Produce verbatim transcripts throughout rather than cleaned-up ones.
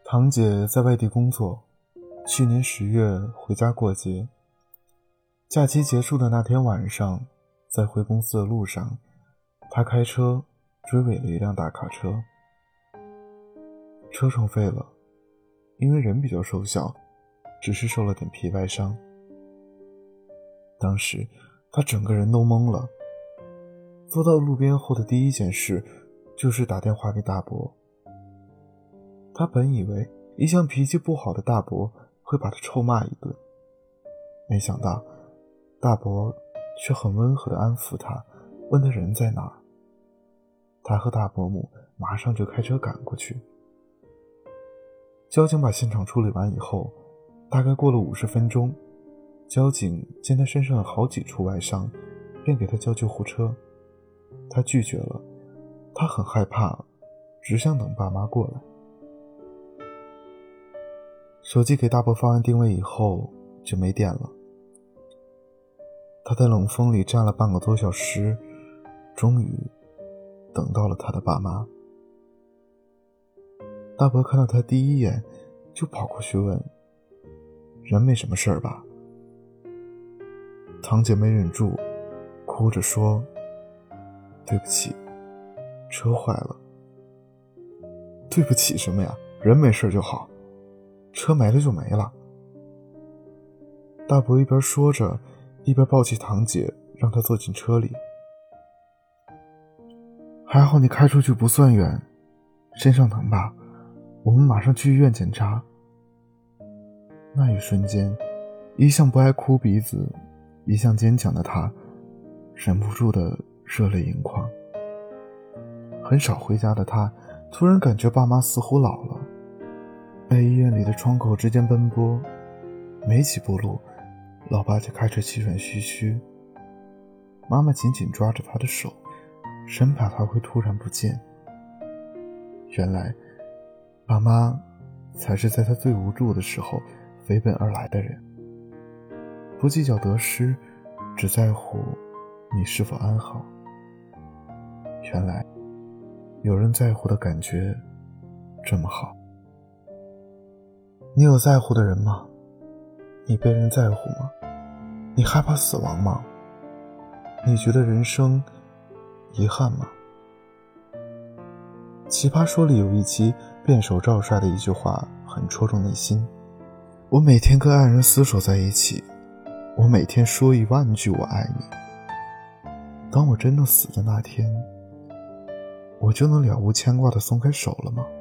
堂姐在外地工作，去年十月回家过节。假期结束的那天晚上，在回公司的路上，她开车追尾了一辆大卡车，车撞废了，因为人比较瘦小，只是受了点皮外伤。当时她整个人都懵了，坐到路边后的第一件事就是打电话给大伯。他本以为一向脾气不好的大伯会把他臭骂一顿，没想到大伯却很温和地安抚他，问他人在哪儿。他和大伯母马上就开车赶过去。交警把现场处理完以后，大概过了五十分钟，交警见他身上有好几处外伤，便给他叫救护车。他拒绝了，他很害怕，只想等爸妈过来。手机给大伯发完定位以后就没电了。他在冷风里站了半个多小时，终于等到了他的爸妈。大伯看到他第一眼就跑过去问：人没什么事儿吧？堂姐没忍住，哭着说：对不起，车坏了。对不起什么呀？人没事就好，车没了就没了。大伯一边说着，一边抱起堂姐，让她坐进车里。还好你开出去不算远，身上疼吧？我们马上去医院检查。那一瞬间，一向不爱哭鼻子、一向坚强的她，忍不住的热泪盈眶。很少回家的她，突然感觉爸妈似乎老了，在医院里的窗口之间奔波，没几步路，老爸就开始气喘吁吁。妈妈紧紧抓着他的手，生怕他会突然不见。原来爸妈才是在他最无助的时候飞奔而来的人，不计较得失，只在乎你是否安好。原来有人在乎的感觉这么好。你有在乎的人吗？你被人在乎吗？你害怕死亡吗？你觉得人生遗憾吗？奇葩说里有一期辩手赵帅的一句话很戳中内心：我每天跟爱人厮守在一起，我每天说一万句我爱你，当我真的死的那天，我就能了无牵挂地松开手了吗？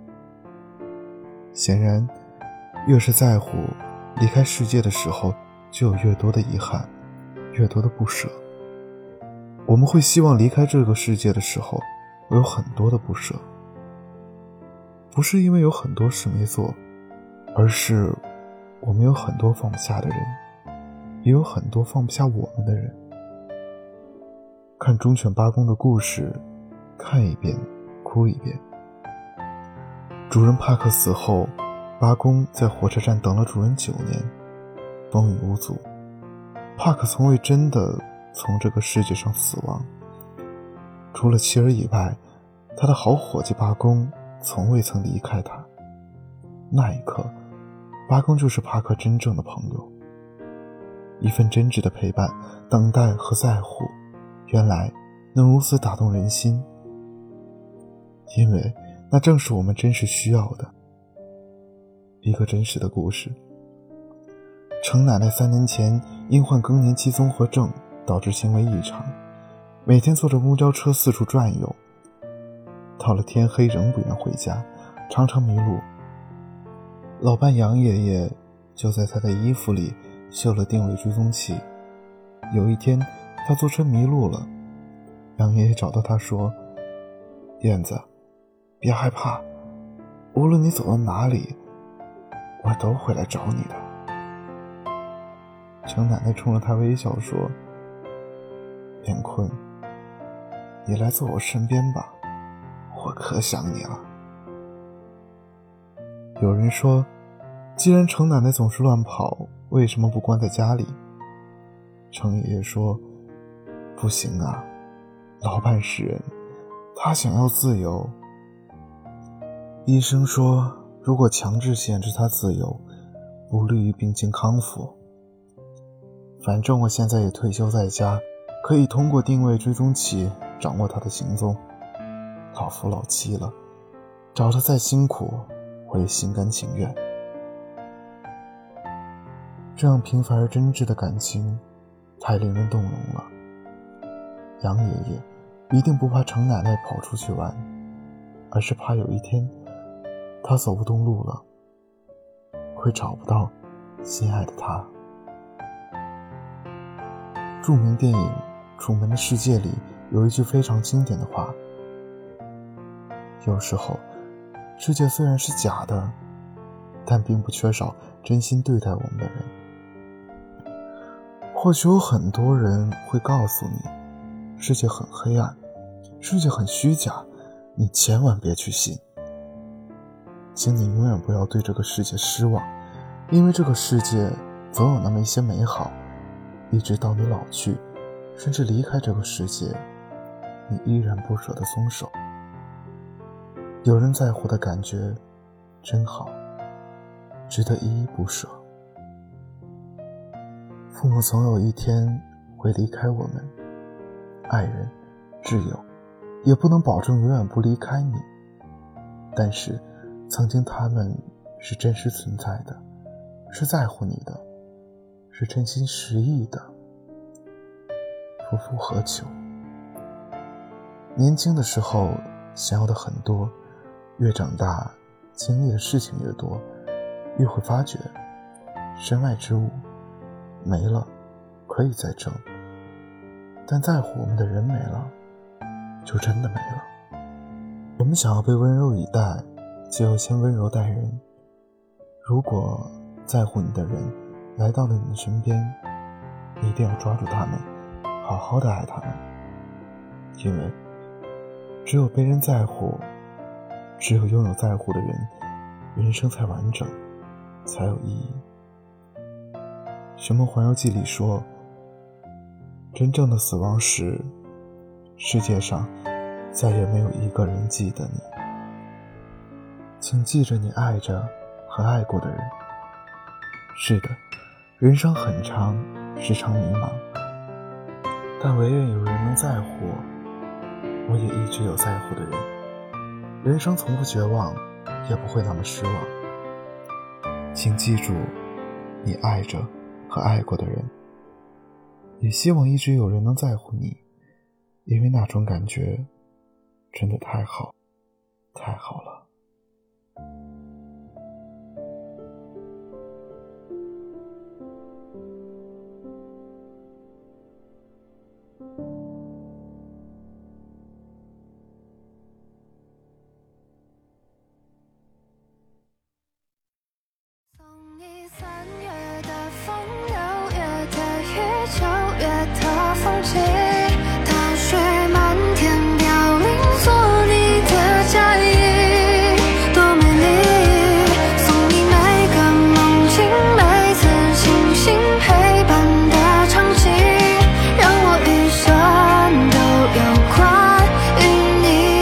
显然越是在乎，离开世界的时候就有越多的遗憾，越多的不舍。我们会希望离开这个世界的时候我有很多的不舍，不是因为有很多事没做，而是我们有很多放不下的人，也有很多放不下我们的人。看忠犬八公的故事，看一遍哭一遍。主人帕克死后，八公在火车站等了主人九年，风雨无阻。帕克从未真的从这个世界上死亡，除了妻儿以外，他的好伙计八公从未曾离开他。那一刻，八公就是帕克真正的朋友，一份真挚的陪伴、等待和在乎，原来能如此打动人心，因为那正是我们真实需要的。一个真实的故事。程奶奶三年前因患更年期综合症导致行为异常，每天坐着公交车四处转悠，到了天黑仍不愿回家，常常迷路。老伴杨爷爷就在他的衣服里绣了定位追踪器。有一天他坐车迷路了，杨爷爷找到他说：燕子，别害怕，无论你走到哪里，我都会来找你的。程奶奶冲着他微笑说：燕坤，你来坐我身边吧，我可想你了。有人说，既然程奶奶总是乱跑，为什么不关在家里？程爷爷说：不行啊，老伴是人，他想要自由。医生说， 如果强制限制他自由，不利于病情康复。反正我现在也退休在家，可以通过定位追踪器掌握他的行踪。老夫老妻了，找他再辛苦，我也心甘情愿。这样平凡而真挚的感情，太令人动容了。杨爷爷一定不怕程奶奶跑出去玩，而是怕有一天他走不动路了，会找不到心爱的他。著名电影《楚门的世界》里有一句非常经典的话，有时候世界虽然是假的，但并不缺少真心对待我们的人。或许有很多人会告诉你，世界很黑暗，世界很虚假，你千万别去信。请你永远不要对这个世界失望，因为这个世界总有那么一些美好，一直到你老去，甚至离开这个世界，你依然不舍得松手。有人在乎的感觉真好，值得依依不舍。父母总有一天会离开我们，爱人、挚友，也不能保证永远不离开你，但是曾经他们是真实存在的，是在乎你的，是真心实意的。夫复何求？年轻的时候想要的很多，越长大经历的事情越多，越会发觉身外之物没了可以再争，但在乎我们的人没了，就真的没了。我们想要被温柔以待，就要先温柔待人。如果在乎你的人来到了你的身边，一定要抓住他们，好好的爱他们。因为只有被人在乎，只有拥有在乎的人，人生才完整，才有意义。《寻梦环游记》里说，真正的死亡时，世界上再也没有一个人记得你。请记着你爱着和爱过的人。是的，人生很长，时常迷茫，但唯愿有人能在乎我，我也一直有在乎的人。人生从不绝望，也不会那么失望。请记住你爱着和爱过的人，也希望一直有人能在乎你，因为那种感觉真的太好，太好了。 大雪漫天飘零，做你的嫁衣，多美丽。送你每个梦境，每次清醒陪伴的场景，让我余生都有关于你。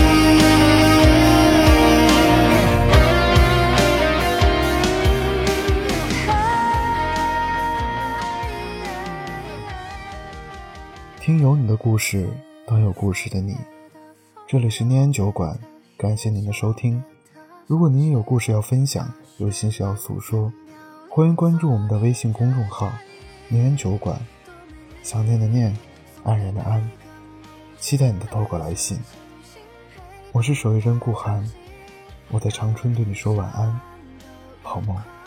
听有你的故事，当有故事的你。这里是念安酒馆，感谢您的收听。如果您也有故事要分享，有心事要诉说，欢迎关注我们的微信公众号念安酒馆，想念的念，安然的安，期待你的投稿来信。我是守夜人顾寒，我在长春对你说晚安，好梦。